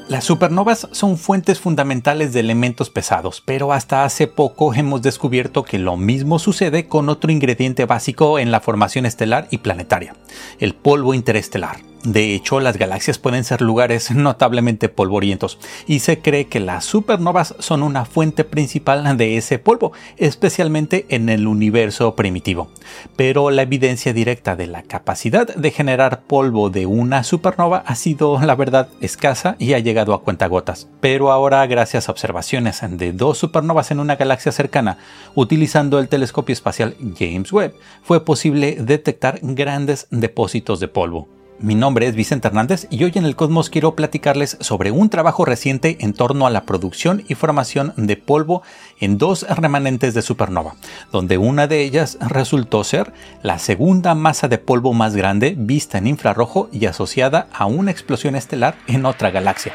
Las supernovas son fuentes fundamentales de elementos pesados, pero hasta hace poco hemos descubierto que lo mismo sucede con otro ingrediente básico en la formación estelar y planetaria, el polvo interestelar. De hecho, las galaxias pueden ser lugares notablemente polvorientos y se cree que las supernovas son una fuente principal de ese polvo, especialmente en el universo primitivo. Pero la evidencia directa de la capacidad de generar polvo de una supernova ha sido, la verdad, escasa y ha llegado a cuentagotas. Pero ahora, gracias a observaciones de dos supernovas en una galaxia cercana, utilizando el telescopio espacial James Webb, fue posible detectar grandes depósitos de polvo. Mi nombre es Vicente Hernández y hoy en El Cosmos quiero platicarles sobre un trabajo reciente en torno a la producción y formación de polvo en dos remanentes de supernova, donde una de ellas resultó ser la segunda masa de polvo más grande vista en infrarrojo y asociada a una explosión estelar en otra galaxia.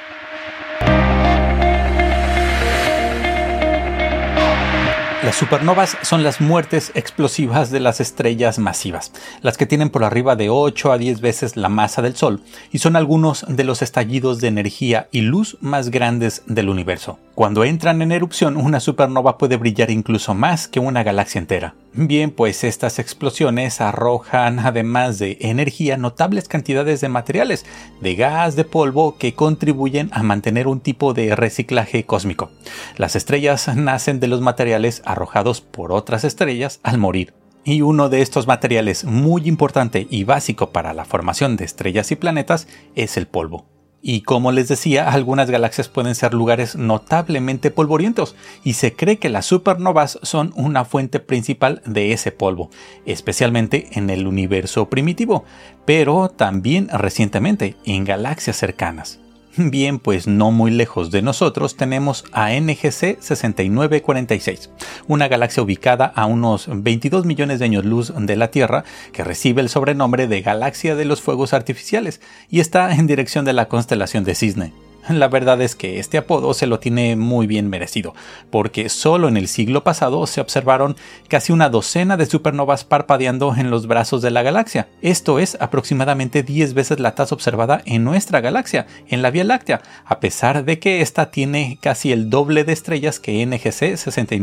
Las supernovas son las muertes explosivas de las estrellas masivas, las que tienen por arriba de 8 a 10 veces la masa del Sol, y son algunos de los estallidos de energía y luz más grandes del universo. Cuando entran en erupción, una supernova puede brillar incluso más que una galaxia entera. Bien, pues estas explosiones arrojan, además de energía, notables cantidades de materiales, de gas, de polvo, que contribuyen a mantener un tipo de reciclaje cósmico. Las estrellas nacen de los materiales arrojados por otras estrellas al morir. Y uno de estos materiales muy importante y básico para la formación de estrellas y planetas es el polvo. Y como les decía, algunas galaxias pueden ser lugares notablemente polvorientos y se cree que las supernovas son una fuente principal de ese polvo, especialmente en el universo primitivo, pero también recientemente en galaxias cercanas. Bien, pues no muy lejos de nosotros tenemos a NGC 6946, una galaxia ubicada a unos 22 millones de años luz de la Tierra, que recibe el sobrenombre de Galaxia de los Fuegos Artificiales y está en dirección de la constelación de Cisne. La verdad es que este apodo se lo tiene muy bien merecido, porque solo en el siglo pasado se observaron casi una docena de supernovas parpadeando en los brazos de la galaxia. Esto es aproximadamente 10 veces la tasa observada en nuestra galaxia, en la Vía Láctea, a pesar de que esta tiene casi el doble de estrellas que NGC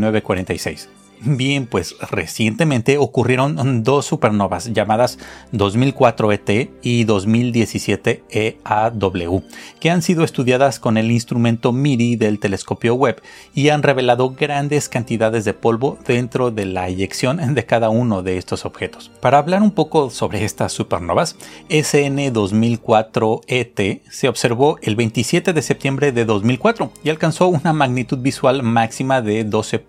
6946. Bien, pues recientemente ocurrieron dos supernovas llamadas 2004 ET y 2017 EAW, que han sido estudiadas con el instrumento MIRI del telescopio Webb y han revelado grandes cantidades de polvo dentro de la eyección de cada uno de estos objetos. Para hablar un poco sobre estas supernovas, SN 2004 ET se observó el 27 de septiembre de 2004 y alcanzó una magnitud visual máxima de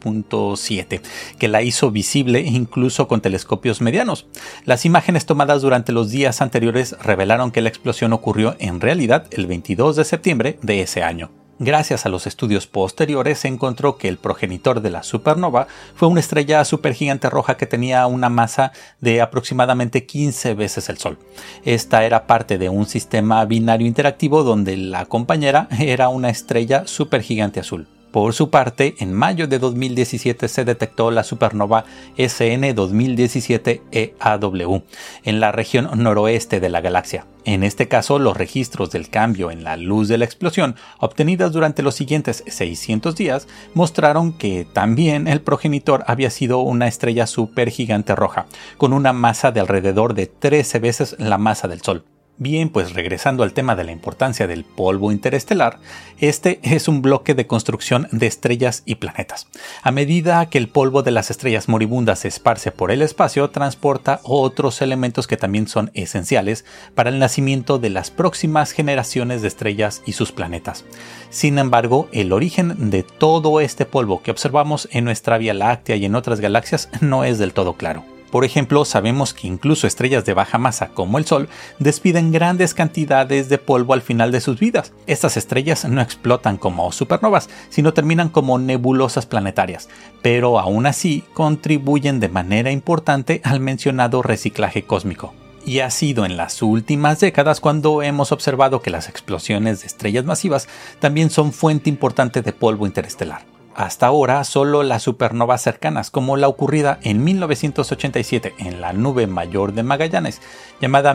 12.7. que la hizo visible incluso con telescopios medianos. Las imágenes tomadas durante los días anteriores revelaron que la explosión ocurrió en realidad el 22 de septiembre de ese año. Gracias a los estudios posteriores se encontró que el progenitor de la supernova fue una estrella supergigante roja que tenía una masa de aproximadamente 15 veces el Sol. Esta era parte de un sistema binario interactivo donde la compañera era una estrella supergigante azul. Por su parte, en mayo de 2017 se detectó la supernova SN 2017 EAW en la región noroeste de la galaxia. En este caso, los registros del cambio en la luz de la explosión, obtenidas durante los siguientes 600 días, mostraron que también el progenitor había sido una estrella supergigante roja, con una masa de alrededor de 13 veces la masa del Sol. Bien, pues regresando al tema de la importancia del polvo interestelar, este es un bloque de construcción de estrellas y planetas. A medida que el polvo de las estrellas moribundas se esparce por el espacio, transporta otros elementos que también son esenciales para el nacimiento de las próximas generaciones de estrellas y sus planetas. Sin embargo, el origen de todo este polvo que observamos en nuestra Vía Láctea y en otras galaxias no es del todo claro. Por ejemplo, sabemos que incluso estrellas de baja masa como el Sol despiden grandes cantidades de polvo al final de sus vidas. Estas estrellas no explotan como supernovas, sino terminan como nebulosas planetarias, pero aún así contribuyen de manera importante al mencionado reciclaje cósmico. Y ha sido en las últimas décadas cuando hemos observado que las explosiones de estrellas masivas también son fuente importante de polvo interestelar. hasta ahora solo las supernovas cercanas, como la ocurrida en 1987 en la nube mayor de Magallanes, llamada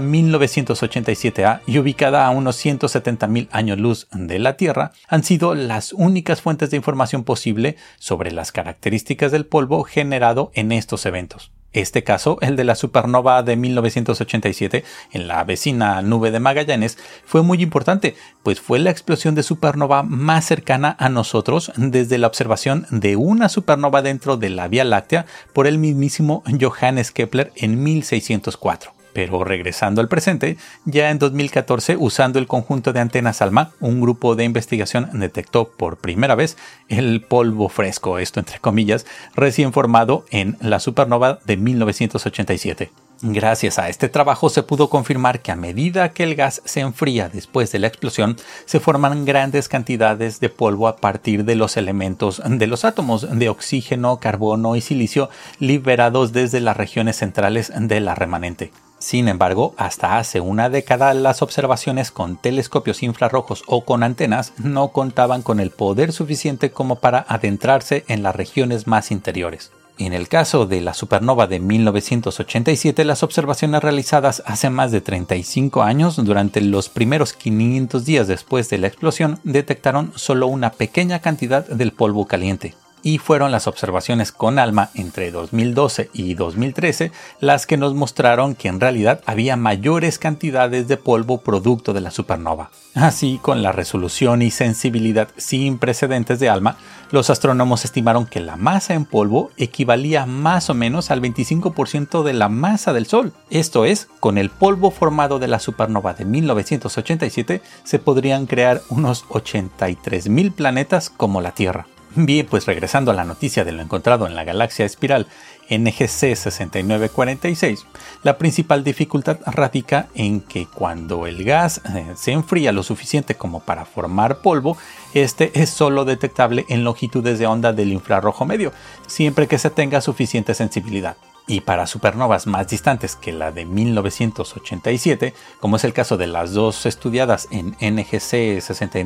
1987A y ubicada a unos 170.000 años luz de la Tierra, han sido las únicas fuentes de información posible sobre las características del polvo generado en estos eventos. Este caso, el de la supernova de 1987 en la vecina nube de Magallanes, fue muy importante, pues fue la explosión de supernova más cercana a nosotros desde la observación de una supernova dentro de la Vía Láctea por el mismísimo Johannes Kepler en 1604. Pero regresando al presente, ya en 2014, usando el conjunto de antenas ALMA, un grupo de investigación detectó por primera vez el polvo fresco, esto entre comillas, recién formado en la supernova de 1987. Gracias a este trabajo se pudo confirmar que a medida que el gas se enfría después de la explosión, se forman grandes cantidades de polvo a partir de los elementos de los átomos de oxígeno, carbono y silicio liberados desde las regiones centrales de la remanente. Sin embargo, hasta hace una década las observaciones con telescopios infrarrojos o con antenas no contaban con el poder suficiente como para adentrarse en las regiones más interiores. En el caso de la supernova de 1987, las observaciones realizadas hace más de 35 años, durante los primeros 500 días después de la explosión, detectaron solo una pequeña cantidad del polvo caliente. Y fueron las observaciones con ALMA entre 2012 y 2013 las que nos mostraron que en realidad había mayores cantidades de polvo producto de la supernova. Así, con la resolución y sensibilidad sin precedentes de ALMA, los astrónomos estimaron que la masa en polvo equivalía más o menos al 25% de la masa del Sol. Esto es, con el polvo formado de la supernova de 1987 se podrían crear unos 83.000 planetas como la Tierra. Bien, pues regresando a la noticia de lo encontrado en la galaxia espiral NGC 6946, la principal dificultad radica en que cuando el gas se enfría lo suficiente como para formar polvo, este es solo detectable en longitudes de onda del infrarrojo medio, siempre que se tenga suficiente sensibilidad. Y para supernovas más distantes que la de 1987, como es el caso de las dos estudiadas en NGC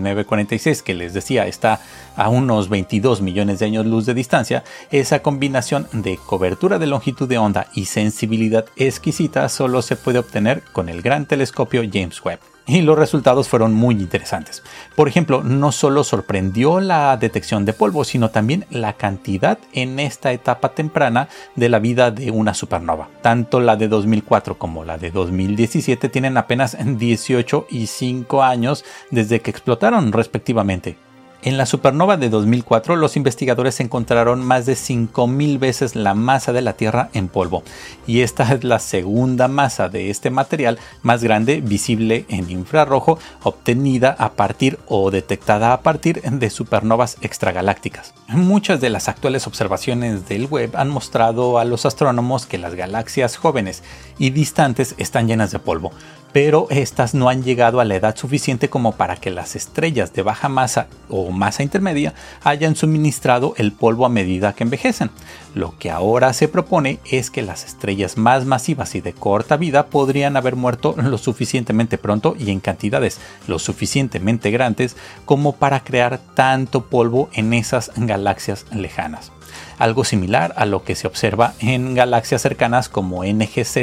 6946, que les decía está a unos 22 millones de años luz de distancia, esa combinación de cobertura de longitud de onda y sensibilidad exquisita solo se puede obtener con el gran telescopio James Webb. Y los resultados fueron muy interesantes. Por ejemplo, no solo sorprendió la detección de polvo, sino también la cantidad en esta etapa temprana de la vida de una supernova. Tanto la de 2004 como la de 2017 tienen apenas 18 y 5 años desde que explotaron respectivamente. En la supernova de 2004, los investigadores encontraron más de 5.000 veces la masa de la Tierra en polvo, y esta es la segunda masa de este material más grande visible en infrarrojo, obtenida a partir o detectada a partir de supernovas extragalácticas. Muchas de las actuales observaciones del Webb han mostrado a los astrónomos que las galaxias jóvenes y distantes están llenas de polvo, pero estas no han llegado a la edad suficiente como para que las estrellas de baja masa o masa intermedia hayan suministrado el polvo a medida que envejecen. Lo que ahora se propone es que las estrellas más masivas y de corta vida podrían haber muerto lo suficientemente pronto y en cantidades lo suficientemente grandes como para crear tanto polvo en esas galaxias lejanas. Algo similar a lo que se observa en galaxias cercanas como NGC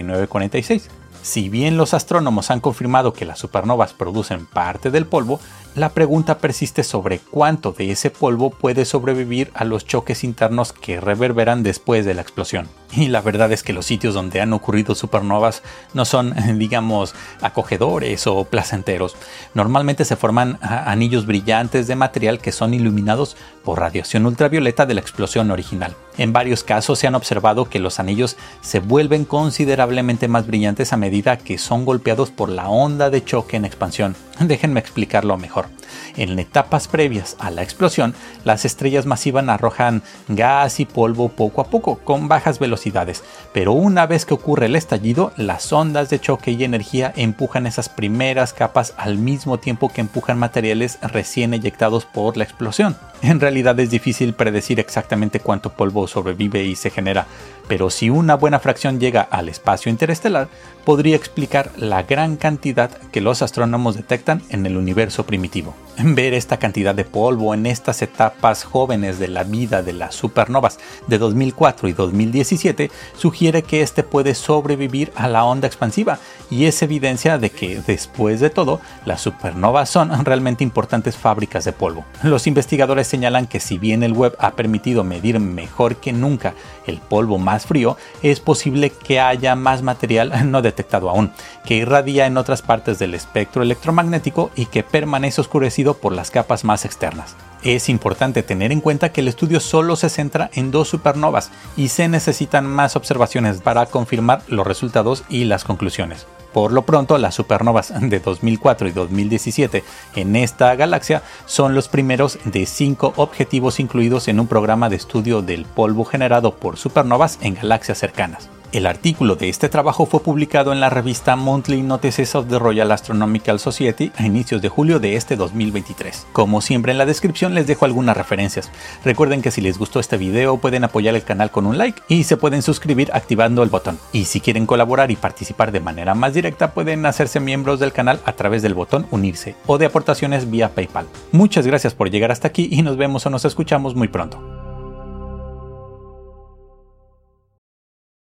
6946. Si bien los astrónomos han confirmado que las supernovas producen parte del polvo, la pregunta persiste sobre cuánto de ese polvo puede sobrevivir a los choques internos que reverberan después de la explosión. Y la verdad es que los sitios donde han ocurrido supernovas no son, digamos, acogedores o placenteros. Normalmente se forman anillos brillantes de material que son iluminados por radiación ultravioleta de la explosión original. En varios casos se han observado que los anillos se vuelven considerablemente más brillantes a medida que son golpeados por la onda de choque en expansión. Déjenme explicarlo mejor. En etapas previas a la explosión, las estrellas masivas arrojan gas y polvo poco a poco, con bajas velocidades, pero una vez que ocurre el estallido, las ondas de choque y energía empujan esas primeras capas al mismo tiempo que empujan materiales recién eyectados por la explosión. En realidad es difícil predecir exactamente cuánto polvo sobrevive y se genera, pero si una buena fracción llega al espacio interestelar, podría explicar la gran cantidad que los astrónomos detectan detectan en el universo primitivo. Ver esta cantidad de polvo en estas etapas jóvenes de la vida de las supernovas de 2004 y 2017 sugiere que este puede sobrevivir a la onda expansiva, y es evidencia de que, después de todo, las supernovas son realmente importantes fábricas de polvo. Los investigadores señalan que si bien el Webb ha permitido medir mejor que nunca el polvo más frío, es posible que haya más material no detectado aún, que irradia en otras partes del espectro electromagnético y que permanece oscurecido por las capas más externas. Es importante tener en cuenta que el estudio solo se centra en 2 supernovas y se necesitan más observaciones para confirmar los resultados y las conclusiones. Por lo pronto, las supernovas de 2004 y 2017 en esta galaxia son los primeros de 5 objetivos incluidos en un programa de estudio del polvo generado por supernovas en galaxias cercanas. El artículo de este trabajo fue publicado en la revista Monthly Notices of the Royal Astronomical Society a inicios de julio de este 2023. Como siempre, en la descripción les dejo algunas referencias. Recuerden que si les gustó este video pueden apoyar el canal con un like y se pueden suscribir activando el botón. Y si quieren colaborar y participar de manera más directa pueden hacerse miembros del canal a través del botón unirse o de aportaciones vía PayPal. Muchas gracias por llegar hasta aquí y nos vemos o nos escuchamos muy pronto.